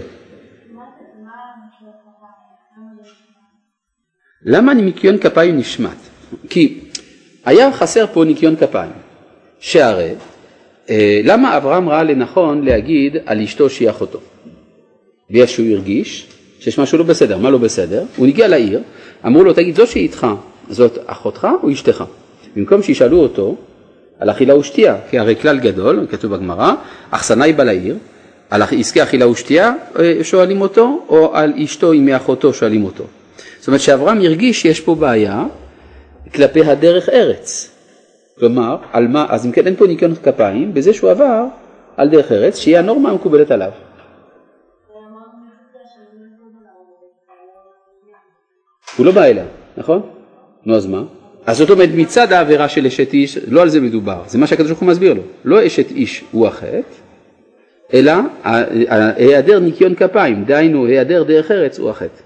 למה ניקיון כפיים נשמט? כי היה חסר פה ניקיון כפיים. שהרי, אה, למה אברהם ראה לנכון להגיד על אשתו שהיא אחותו? בגלל שהוא הרגיש שיש משהו לא בסדר. מה לא בסדר? הוא נגיע לעיר, אמרו לו, תגיד, זו שהיא איתך, זאת אחותך או אשתך? במקום שישאלו אותו על אכילה ושתייה, כי הרי כלל גדול, כתוב בגמרא, אכסנה היא בא לעיר, על עסקי אכילה ושתייה שואלים אותו, או על אשתו עם אחותו שואלים אותו. זאת אומרת שאברהם הרגיש שיש פה בעיה כלפי הדרך ארץ. כלומר, על מה, אז אם כן אין פה ניקיון כפיים, בזה שהוא עבר על דרך ארץ, שהיא הנורמה המקובלת עליו. הוא לא בא אליה, נכון? נו אז מה? אז זאת אומרת מצד העבירה של אשת איש, לא על זה מדובר, זה מה שהקדוש ברוך הוא מסביר לו. לא אשת איש הוא החטא, אלא היעדר ניקיון כפיים, דהיינו היעדר דרך ארץ הוא החטא.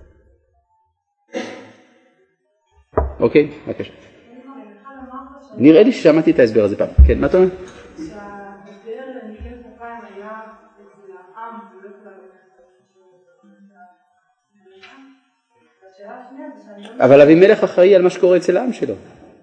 אוקיי, בבקשה. נראה לי ששמעתי את ההסבר הזה פעם. כן, מה אתה אומר? שההסבר לניקיון כפיים היה אצל העם ולא אצל העם. אבל אבימלך אחראי על מה שקורה אצל העם שלו.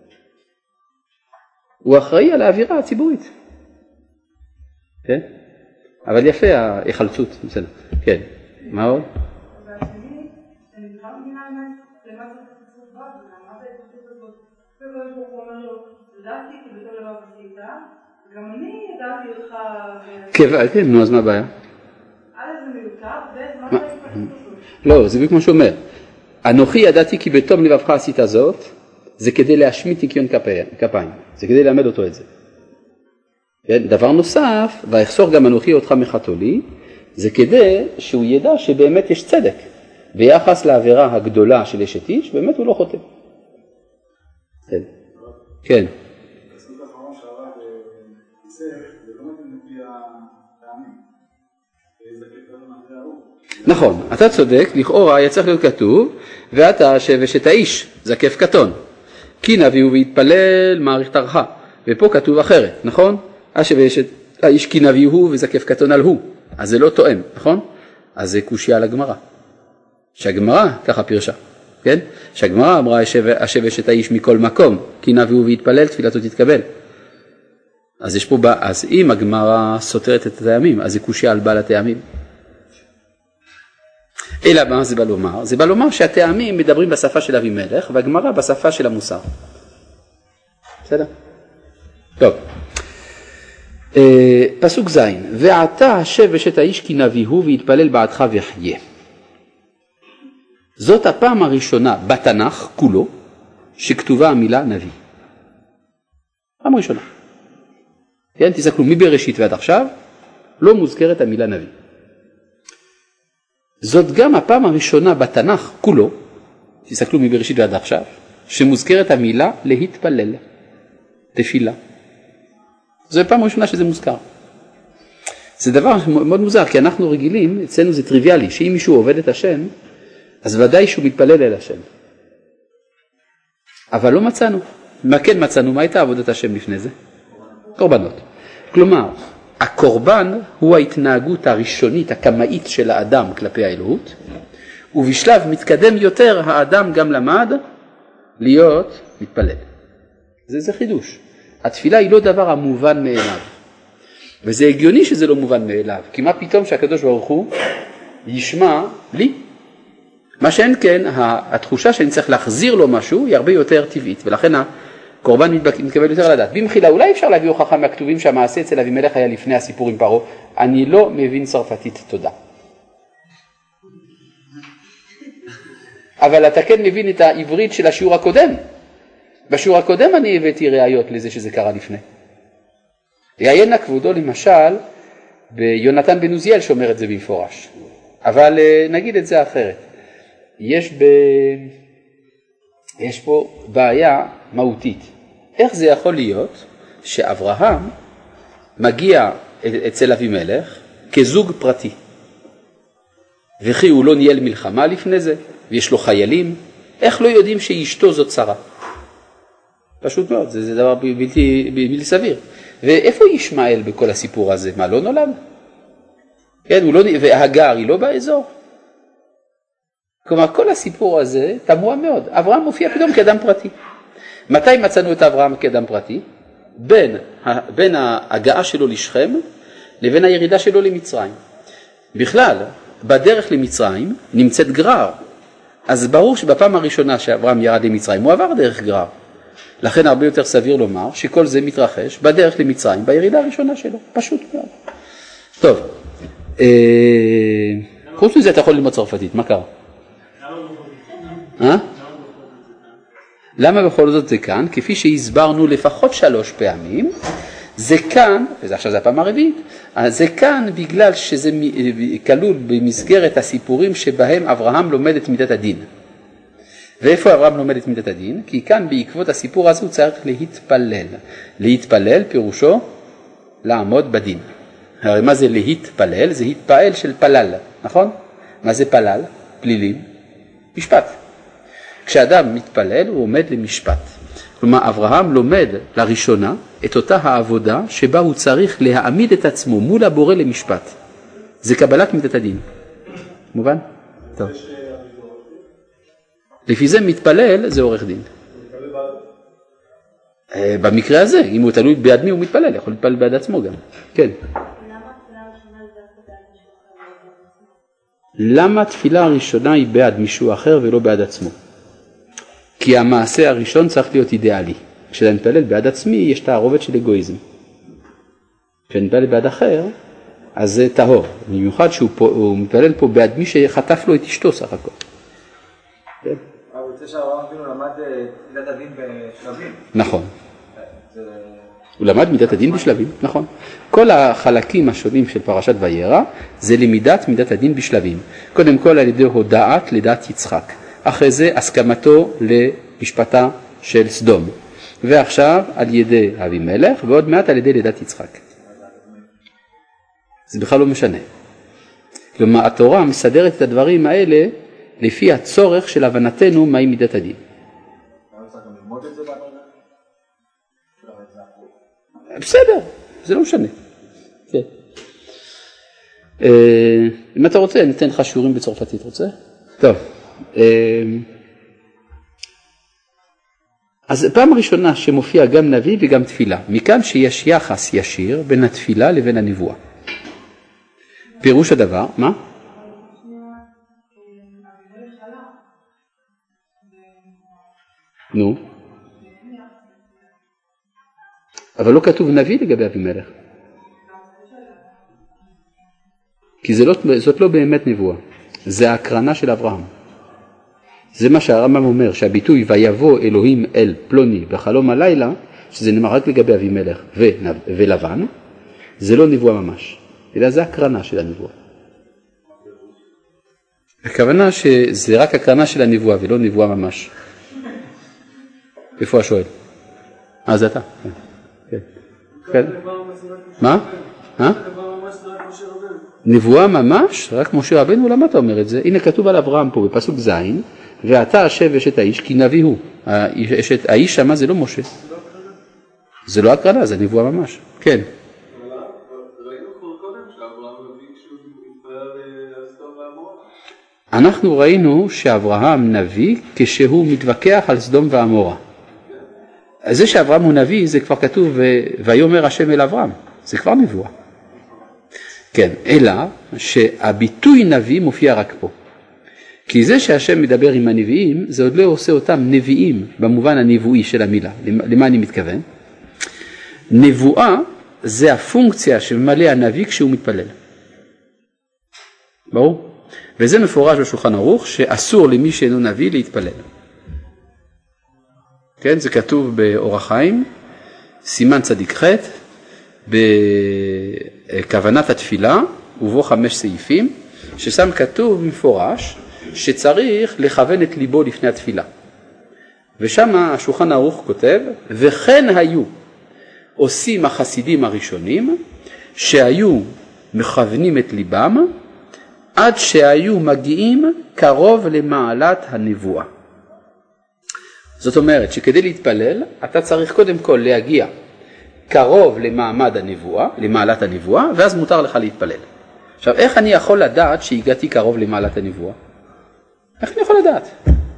הוא אחראי על האווירה הציבורית. כן? אבל יפה ההיחלצות, בסדר. כן, מה עוד? והשני, אני בכלל מבינה למה זה חצות בת, ולמה זה חצות הזאת. ובאמת הוא אומר לו, ידעתי כי בתור לבא עשית, גם אני ידעתי לך... כן, נו, אז מה הבעיה? א' זה מיותר, ב' מה זה חצות הזאת? לא, זה בדיוק כמו שאומר. אנוכי ידעתי כי בתום לבבך עשית זאת, זה כדי להשמיט ניקיון כפיים, זה כדי ללמד אותו את זה. כן? דבר נוסף, ויחסוך גם אנוכי אותך מחתולי, זה כדי שהוא ידע שבאמת יש צדק. ביחס לעבירה הגדולה של אשת איש, באמת הוא לא חוטא. כן. כן. הסוד האחרון שהרב ניסר, זה לא מתאים לפי הטעמים. זה כתוב מאחרי הרוב. נכון, אתה צודק, לכאורה היה צריך להיות כתוב, ואתה שבשת האיש, זקף קטון. כי נביאו והתפלל מעריך תרחה, ופה כתוב אחרת, נכון? השבשת האיש כי נביאו וזקף קטון על הוא, אז זה לא תואם, נכון? אז זה קושיה על הגמרא. שהגמרא ככה פירשה, כן? שהגמרא אמרה השבשת האיש מכל מקום, כי נביאו והתפלל תפילתו תתקבל. אז יש פה, אז אם הגמרא סותרת את הטעמים, אז זה קושיה על בעל הטעמים. אלא מה זה בא לומר? זה בא לומר שהטעמים מדברים בשפה של אבימלך והגמרא בשפה של המוסר. בסדר? טוב. פסוק זין, ועתה השב אשת האיש כי נביאו והתפלל בעדך וחיה. זאת הפעם הראשונה בתנ"ך כולו שכתובה המילה נביא. פעם ראשונה. כן, תסתכלו מבראשית ועד עכשיו לא מוזכרת המילה נביא. זאת גם הפעם הראשונה בתנ"ך כולו, תסתכלו מבראשית ועד עכשיו, שמוזכרת המילה להתפלל, תפילה. זו פעם ראשונה שזה מוזכר. זה דבר מאוד מוזר, כי אנחנו רגילים, אצלנו זה טריוויאלי, שאם מישהו עובד את השם, אז ודאי שהוא מתפלל אל השם. אבל לא מצאנו. מה כן מצאנו? מה הייתה עבודת השם לפני זה? קורבנות. כלומר, הקורבן הוא ההתנהגות הראשונית, הקמאית של האדם כלפי האלוהות, ובשלב מתקדם יותר האדם גם למד להיות מתפלל. זה, זה חידוש. התפילה היא לא דבר המובן מאליו. וזה הגיוני שזה לא מובן מאליו, כי מה פתאום שהקדוש ברוך הוא ישמע לי? מה שאין כן, התחושה שאני צריך להחזיר לו משהו היא הרבה יותר טבעית, ולכן הקורבן מתקבל יותר לדעת. במחילה, אולי אפשר להביא הוכחה מהכתובים שהמעשה אצל אבימלך היה לפני הסיפור עם פרעה. אני לא מבין צרפתית, תודה. אבל אתה כן מבין את העברית של השיעור הקודם. בשיעור הקודם אני הבאתי ראיות לזה שזה קרה לפני. יעיין כבודו למשל ביונתן בן עוזיאל שאומר את זה במפורש. אבל נגיד את זה אחרת. יש, ב... יש פה בעיה מהותית. איך זה יכול להיות שאברהם מגיע אצל אבימלך כזוג פרטי, וכי הוא לא ניהל מלחמה לפני זה, ויש לו חיילים, איך לא יודעים שאשתו זאת שרה? פשוט מאוד, זה, זה דבר בלתי, בלתי סביר. ואיפה ישמעאל בכל הסיפור הזה? מה, לא נולד? כן, הוא לא, והגר היא לא באזור. כלומר, כל הסיפור הזה תמוה מאוד. אברהם מופיע פתאום כאדם פרטי. מתי מצאנו את אברהם כאדם פרטי? בין, בין ההגעה שלו לשכם לבין הירידה שלו למצרים. בכלל, בדרך למצרים נמצאת גרר. אז ברור שבפעם הראשונה שאברהם ירד למצרים הוא עבר דרך גרר. לכן הרבה יותר סביר לומר שכל זה מתרחש בדרך למצרים, בירידה הראשונה שלו. פשוט מאוד. טוב. חוץ מזה אתה יכול ללמוד צרפתית, מה קרה? אה? למה בכל זאת זה כאן? כפי שהסברנו לפחות שלוש פעמים, זה כאן, וזה עכשיו זה הפעם הרביעית, זה כאן בגלל שזה כלול במסגרת הסיפורים שבהם אברהם לומד את מידת הדין. ואיפה אברהם לומד את מידת הדין? כי כאן בעקבות הסיפור הזה הוא צריך להתפלל. להתפלל פירושו לעמוד בדין. הרי מה זה להתפלל? זה התפעל של פלל, נכון? מה זה פלל? פלילים, משפט. כשאדם מתפלל הוא עומד למשפט. כלומר אברהם לומד לראשונה את אותה העבודה שבה הוא צריך להעמיד את עצמו מול הבורא למשפט. זה קבלת מידת הדין. מובן? טוב. לפי זה מתפלל זה עורך דין. במקרה הזה, אם הוא תלוי ביד מי הוא מתפלל, יכול להתפלל ביד עצמו גם. כן. למה התפילה הראשונה היא בעד מישהו אחר ולא בעד עצמו? כי המעשה הראשון צריך להיות אידיאלי. כשאני מתפלל בעד עצמי יש את הרובד של אגואיזם. כשאני מתפלל בעד אחר, אז זה טהור. במיוחד שהוא מתפלל פה בעד מי שחטף לו את אשתו סך הכל. הוא רוצה שהרב אפילו למד מידת הדין בשלבים. נכון. הוא למד מידת הדין בשלבים, נכון. כל החלקים השונים של פרשת וירא זה למידת מידת הדין בשלבים. קודם כל על ידי הודעת לדעת יצחק. אחרי זה הסכמתו למשפטה של סדום. ועכשיו על ידי אבימלך ועוד מעט על ידי לידת יצחק. זה בכלל לא משנה. כלומר התורה מסדרת את הדברים האלה לפי הצורך של הבנתנו מהי מידת הדין. בסדר, זה לא משנה. כן. אם אתה רוצה, אני אתן לך שיעורים בצרפתית, רוצה? טוב. אז פעם ראשונה שמופיע גם נביא וגם תפילה, מכאן שיש יחס ישיר בין התפילה לבין הנבואה. פירוש הדבר, מה? נו. אבל לא כתוב נביא לגבי אבימלך. כי זה לא, זאת לא באמת נבואה. זה ההקרנה של אברהם. זה מה שהרמב"ם אומר, שהביטוי ויבוא אלוהים אל פלוני בחלום הלילה, שזה נאמר רק לגבי אבימלך ולבן, זה לא נבואה ממש. אלא זה הקרנה של הנבואה. הכוונה שזה רק הקרנה של הנבואה ולא נבואה ממש. איפה השואל? אה, זה אתה. כן. כן. מה? אה? נבואה ממש? רק משה רבנו, למה אתה אומר את זה? הנה כתוב על אברהם פה בפסוק זין, ואתה השב אשת האיש כי נביא הוא. האיש שמה זה לא משה. זה לא הקרנה, זה נבואה ממש. כן. אנחנו ראינו שאברהם נביא כשהוא מתווכח על סדום ועמורה. זה שאברהם הוא נביא זה כבר כתוב ויאמר השם אל אברהם, זה כבר נבואה. כן, אלא שהביטוי נביא מופיע רק פה. כי זה שהשם מדבר עם הנביאים זה עוד לא עושה אותם נביאים במובן הנבואי של המילה. למה אני מתכוון? נבואה זה הפונקציה שממלא הנביא כשהוא מתפלל. ברור? וזה מפורש בשולחן ערוך שאסור למי שאינו נביא להתפלל. כן, זה כתוב באור החיים, סימן צדיק ח' בכוונת התפילה, ובו חמש סעיפים, ששם כתוב מפורש שצריך לכוון את ליבו לפני התפילה. ושם השולחן ערוך כותב, וכן היו עושים החסידים הראשונים, שהיו מכוונים את ליבם, עד שהיו מגיעים קרוב למעלת הנבואה. זאת אומרת שכדי להתפלל, אתה צריך קודם כל להגיע קרוב למעמד הנבואה, למעלת הנבואה, ואז מותר לך להתפלל. עכשיו, איך אני יכול לדעת שהגעתי קרוב למעלת הנבואה? איך אני יכול לדעת?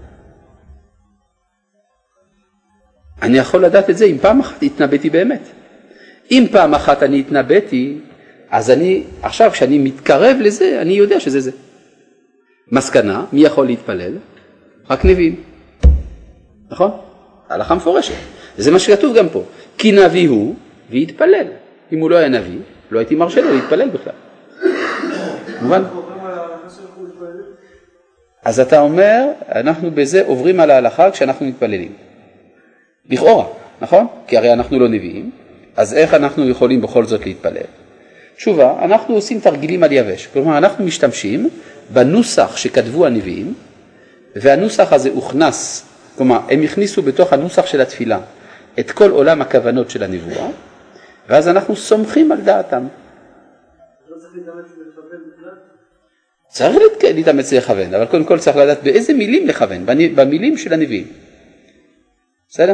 אני יכול לדעת את זה אם פעם אחת התנבאתי באמת. אם פעם אחת אני התנבאתי, אז אני, עכשיו כשאני מתקרב לזה, אני יודע שזה זה. מסקנה, מי יכול להתפלל? רק נביאים. נכון? הלכה מפורשת. וזה מה שכתוב גם פה. כי נביא הוא והתפלל. אם הוא לא היה נביא, לא הייתי מרשה לו להתפלל בכלל. מובן? אז אתה אומר, אנחנו בזה עוברים על ההלכה כשאנחנו מתפללים. לכאורה, נכון? כי הרי אנחנו לא נביאים, אז איך אנחנו יכולים בכל זאת להתפלל? תשובה, אנחנו עושים תרגילים על יבש. כלומר, אנחנו משתמשים בנוסח שכתבו הנביאים, והנוסח הזה הוכנס, כלומר, הם הכניסו בתוך הנוסח של התפילה את כל עולם הכוונות של הנבואה, ואז אנחנו סומכים על דעתם. להתאמץ לכוון בכלל? צריך להתאמץ לכוון, אבל קודם כל צריך לדעת באיזה מילים לכוון, במילים של הנביאים. בסדר?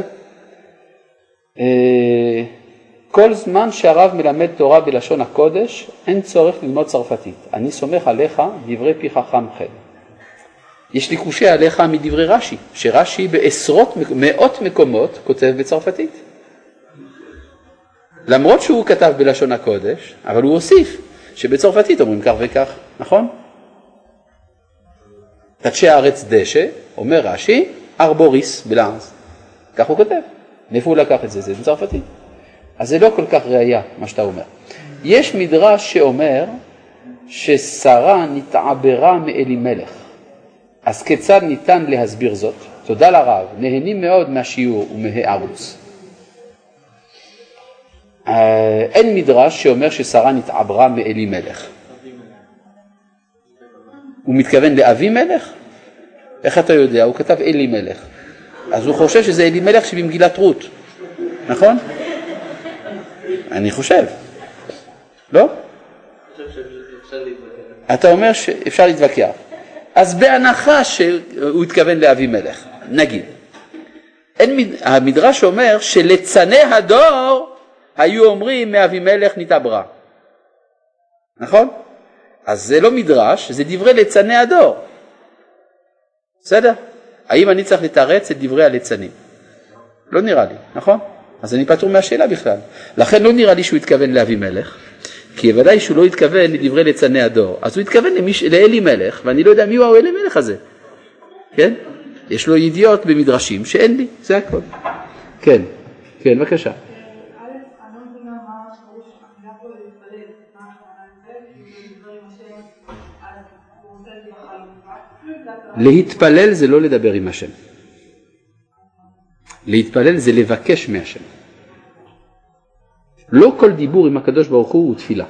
כל זמן שהרב מלמד תורה בלשון הקודש, אין צורך ללמוד צרפתית. אני סומך עליך דברי פי חכם חן. יש לי קושי עליך מדברי רש"י, שרש"י בעשרות, מאות מקומות כותב בצרפתית. למרות שהוא כתב בלשון הקודש, אבל הוא הוסיף שבצרפתית אומרים כך וכך, נכון? תדשי הארץ דשא, אומר רש"י, ארבוריס בלעז. כך הוא כותב. מאיפה הוא לקח את זה? זה בצרפתית. אז זה לא כל כך ראייה, מה שאתה אומר. יש מדרש שאומר ששרה נתעברה מאלימלך. אז כיצד ניתן להסביר זאת? תודה לרב, נהנים מאוד מהשיעור ומהערוץ. אין מדרש שאומר ששרה נתעברה מאלימלך. הוא מתכוון לאבי מלך? איך אתה יודע? הוא כתב אלימלך. אז הוא חושב שזה אלימלך שבמגילת רות. נכון? אני חושב. לא? אתה אומר שאפשר להתווכח. אז בהנחה שהוא התכוון לאבי מלך, נגיד. אין, המדרש אומר שלצני הדור היו אומרים מאבי מלך נתעברה. נכון? אז זה לא מדרש, זה דברי לצני הדור. בסדר? האם אני צריך לתרץ את דברי הלצנים? לא נראה לי, נכון? אז אני פטור מהשאלה בכלל. לכן לא נראה לי שהוא התכוון לאבי מלך, כי ודאי שהוא לא התכוון לדברי לצני הדור. אז הוא התכוון למיש... לאלי מלך, ואני לא יודע מי הוא אלי מלך הזה. כן? יש לו ידיעות במדרשים שאין לי, זה הכל. כן, כן, בבקשה. להתפלל זה לא לדבר עם השם. להתפלל זה לבקש מהשם. לא כל דיבור עם הקדוש ברוך הוא הוא תפילה.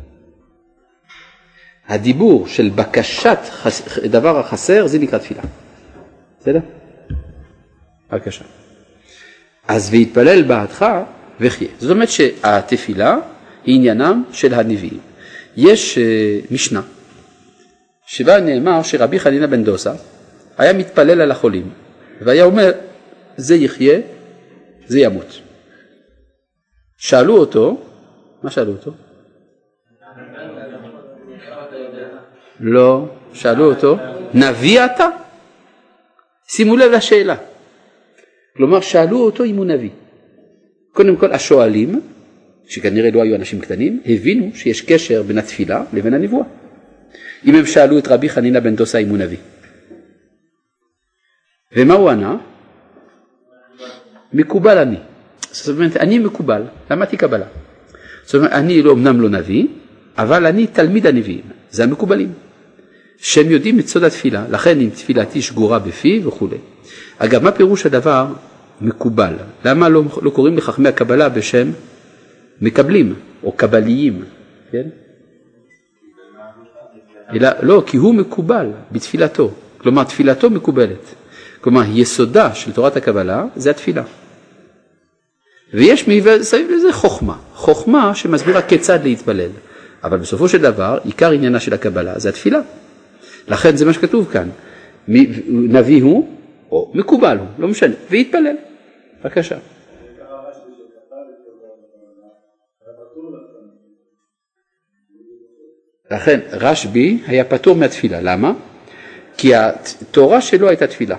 הדיבור של בקשת דבר החסר זה נקרא תפילה. בסדר? בבקשה. אז והתפלל בעדך וחיה. זאת אומרת שהתפילה היא עניינם של הנביאים. יש uh, משנה שבה נאמר שרבי חנינא בן דוסא היה מתפלל על החולים והיה אומר זה יחיה, זה ימות. שאלו אותו, מה שאלו אותו? לא, שאלו אותו, נביא אתה? שימו לב לשאלה. כלומר, שאלו אותו אם הוא נביא. קודם כל, השואלים, שכנראה לא היו אנשים קטנים, הבינו שיש קשר בין התפילה לבין הנבואה. אם הם שאלו את רבי חנינא בן דוסא אם הוא נביא. ומה הוא ענה? מקובל אני. זאת אומרת, אני מקובל, למדתי קבלה. זאת אומרת, אני לא, אמנם לא נביא, אבל אני תלמיד הנביאים, זה המקובלים. שהם יודעים את סוד התפילה, לכן אם תפילתי שגורה בפי וכו'. אגב, מה פירוש הדבר מקובל? למה לא, לא קוראים לחכמי הקבלה בשם מקבלים, או קבליים, כן? אלא, לא, כי הוא מקובל בתפילתו. כלומר, תפילתו מקובלת. כלומר, יסודה של תורת הקבלה זה התפילה. ויש מסביב לזה חוכמה. חוכמה שמסבירה כיצד להתפלל. אבל בסופו של דבר, עיקר עניינה של הקבלה זה התפילה. לכן זה מה שכתוב כאן. נביא הוא, או מקובל הוא, לא משנה, ויתפלל. בבקשה. לכן רשב"י היה פטור מהתפילה. למה? כי התורה שלו הייתה תפילה.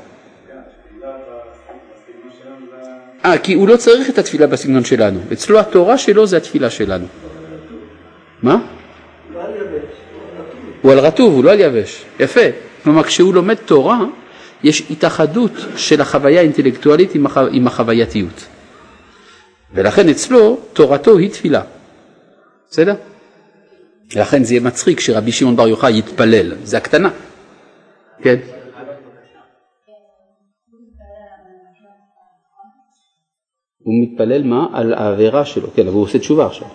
אה, כי הוא לא צריך את התפילה בסגנון שלנו. אצלו התורה שלו זה התפילה שלנו. מה? הוא על רטוב, הוא לא על יבש. יפה. כלומר, כשהוא לומד תורה, יש התאחדות של החוויה האינטלקטואלית עם, הח... עם החווייתיות. ולכן אצלו, תורתו היא תפילה. בסדר? ולכן זה יהיה מצחיק שרבי שמעון בר יוחאי יתפלל. זה הקטנה. כן? הוא מתפלל מה? על העבירה שלו. כן, אבל הוא עושה תשובה עכשיו.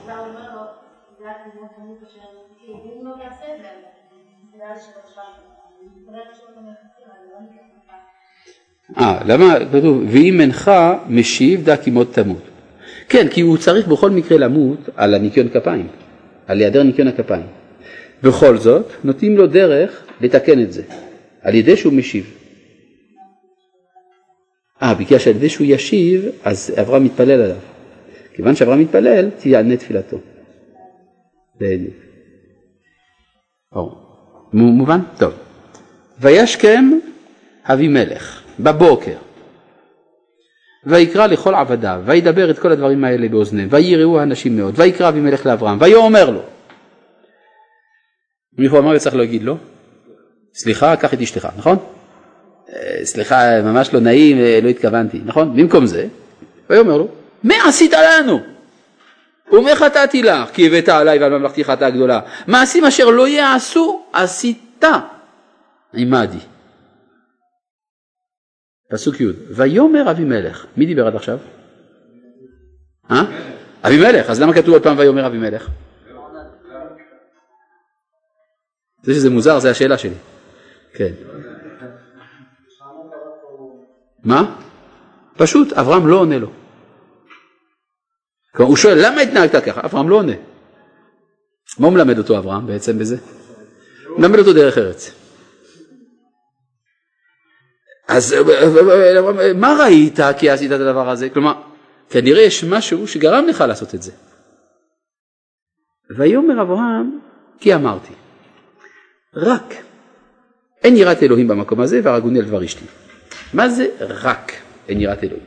אה, למה כתוב, ואם אינך משיב דע כי מות תמות. כן, כי הוא צריך בכל מקרה למות על הניקיון כפיים, על היעדר ניקיון הכפיים. בכל זאת, נותנים לו דרך לתקן את זה, על ידי שהוא משיב. אה, בגלל שעל ידי שהוא ישיב, אז אברהם מתפלל עליו. כיוון שאברהם מתפלל, תיענה תפילתו. בדיוק. מובן? טוב. וישכם אבימלך בבוקר, ויקרא לכל עבדיו, וידבר את כל הדברים האלה באוזניהם, ויראו האנשים מאוד, ויקרא אבימלך לאברהם, ויאמר לו. מישהו אמר צריך להגיד לו, סליחה, קח את אשתך, נכון? סליחה, ממש לא נעים, לא התכוונתי, נכון? במקום זה, ויאמר לו, מה עשית לנו? ומה חטאתי לך, כי הבאת עליי ועל ממלכתי חטאה גדולה. מעשים אשר לא יעשו, עשית עמדי. פסוק י' ויאמר אבימלך. מי דיבר עד עכשיו? אה? אבימלך. אז למה כתוב עוד פעם ויאמר אבימלך? זה שזה מוזר, זה השאלה שלי. כן. מה? פשוט, אברהם לא עונה לו. כלומר, הוא שואל, למה התנהגת ככה? אברהם לא עונה. מה הוא מלמד אותו אברהם בעצם בזה? הוא מלמד אותו דרך ארץ. אז מה ראית כי עשית את הדבר הזה? כלומר, כנראה יש משהו שגרם לך לעשות את זה. ויאמר אברהם, כי אמרתי, רק אין יראת אלוהים במקום הזה והרגוני על דבר אשתי. מה זה רק אין יראת אלוהים?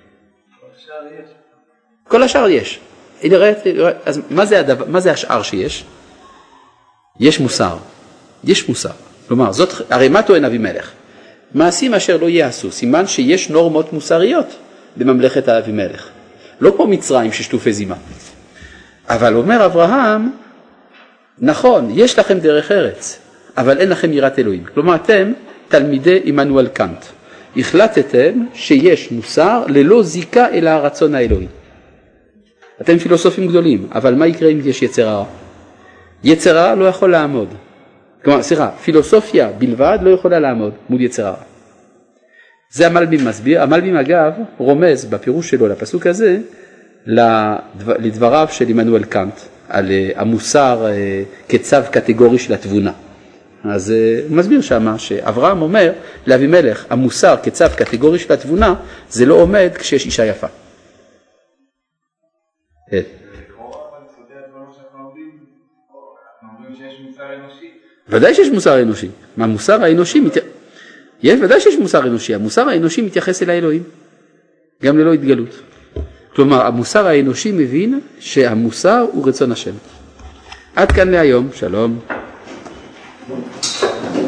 כל השאר יש. אז מה זה, הדבר, מה זה השאר שיש? יש מוסר. יש מוסר. כלומר, זאת, הרי מה טוען אבימלך? מעשים אשר לא יעשו, סימן שיש נורמות מוסריות בממלכת אבימלך. לא כמו מצרים ששטופי זימה. אבל אומר אברהם, נכון, יש לכם דרך ארץ, אבל אין לכם יראת אלוהים. כלומר, אתם תלמידי עמנואל קאנט. החלטתם שיש מוסר ללא זיקה אל הרצון האלוהי. אתם פילוסופים גדולים, אבל מה יקרה אם יש יצר הרע? יצר הרע לא יכול לעמוד. כלומר, סליחה, פילוסופיה בלבד לא יכולה לעמוד מול יצר הרע. זה המלבים מסביר. המלבים אגב רומז בפירוש שלו לפסוק הזה לדבריו של עמנואל קאנט על המוסר כצו קטגורי של התבונה. אז הוא מסביר שמה שאברהם אומר לאבימלך, המוסר כצו קטגורי של התבונה זה לא עומד כשיש אישה יפה. כן. ודאי שיש מוסר אנושי. מה מוסר האנושי? יש, ודאי שיש מוסר אנושי. המוסר האנושי מתייחס אל האלוהים, גם ללא התגלות. כלומר, המוסר האנושי מבין שהמוסר הוא רצון השם. עד כאן להיום. שלום.